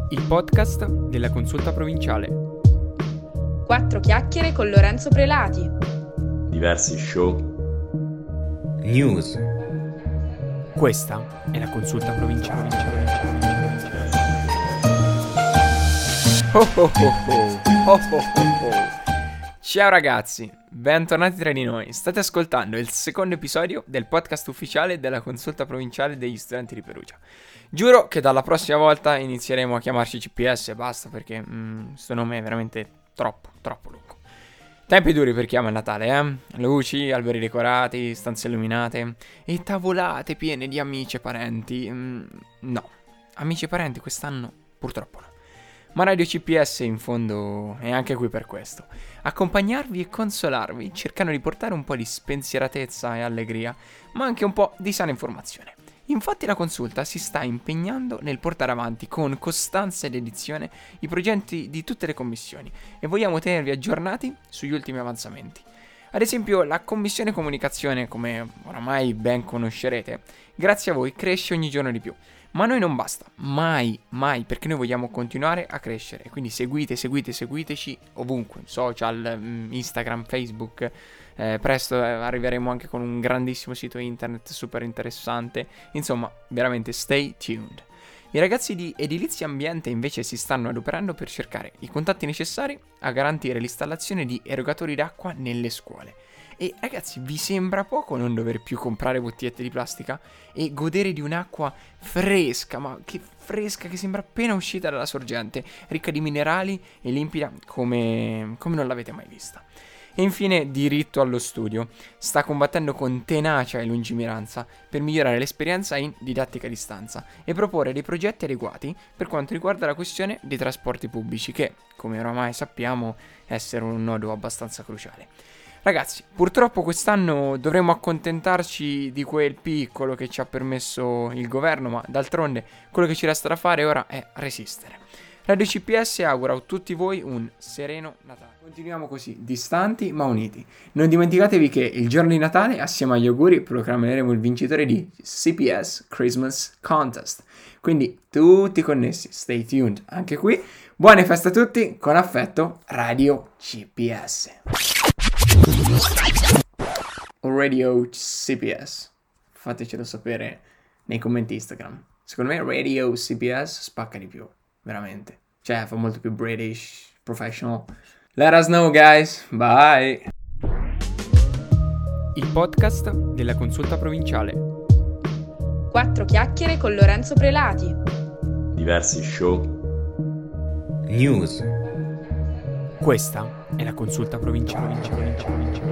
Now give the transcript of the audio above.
Il podcast della Consulta Provinciale. 4 chiacchiere con Lorenzo Prelati. Diversi show. News. Questa è la Consulta Provinciale. Oh oh oh oh. Oh oh oh oh. Ciao ragazzi, bentornati tra di noi. State ascoltando il secondo episodio del podcast ufficiale della Consulta Provinciale degli Studenti di Perugia. Giuro che dalla prossima volta inizieremo a chiamarci CPS e basta, perché questo nome è veramente troppo lungo. Tempi duri per chi ama il Natale, Luci, alberi decorati, stanze illuminate e tavolate piene di amici e parenti. No, amici e parenti quest'anno purtroppo no. Ma Radio CPS in fondo è anche qui per questo. Accompagnarvi e consolarvi, cercando di portare un po' di spensieratezza e allegria, ma anche un po' di sana informazione. Infatti la consulta si sta impegnando nel portare avanti con costanza ed edizione i progetti di tutte le commissioni e vogliamo tenervi aggiornati sugli ultimi avanzamenti. Ad esempio la commissione comunicazione, come oramai ben conoscerete, grazie a voi cresce ogni giorno di più. Ma a noi non basta, mai, perché noi vogliamo continuare a crescere. Quindi seguiteci ovunque, social, Instagram, Facebook. Presto arriveremo anche con un grandissimo sito internet super interessante. Insomma, veramente stay tuned. I ragazzi di Edilizia Ambiente invece si stanno adoperando per cercare i contatti necessari a garantire l'installazione di erogatori d'acqua nelle scuole. E ragazzi, vi sembra poco non dover più comprare bottigliette di plastica e godere di un'acqua fresca, ma che fresca, che sembra appena uscita dalla sorgente, ricca di minerali e limpida come non l'avete mai vista. E infine diritto allo studio. Sta combattendo con tenacia e lungimiranza per migliorare l'esperienza in didattica a distanza e proporre dei progetti adeguati per quanto riguarda la questione dei trasporti pubblici che, come oramai sappiamo, essere un nodo abbastanza cruciale. Ragazzi, purtroppo quest'anno dovremo accontentarci di quel piccolo che ci ha permesso il governo, ma d'altronde quello che ci resta da fare ora è resistere. Radio CPS augura a tutti voi un sereno Natale. Continuiamo così, distanti ma uniti. Non dimenticatevi che il giorno di Natale, assieme agli auguri, proclameremo il vincitore di CPS Christmas Contest. Quindi tutti connessi, stay tuned anche qui. Buone feste a tutti, con affetto, Radio CPS. Radio CPS. Fatecelo sapere nei commenti Instagram. Secondo me Radio CPS spacca di più, veramente. Cioè, fa molto più British, professional. Let us know, guys. Bye. Il podcast della Consulta Provinciale. 4 chiacchiere con Lorenzo Prelati. Diversi show. News. Questa è la Consulta Provinciale.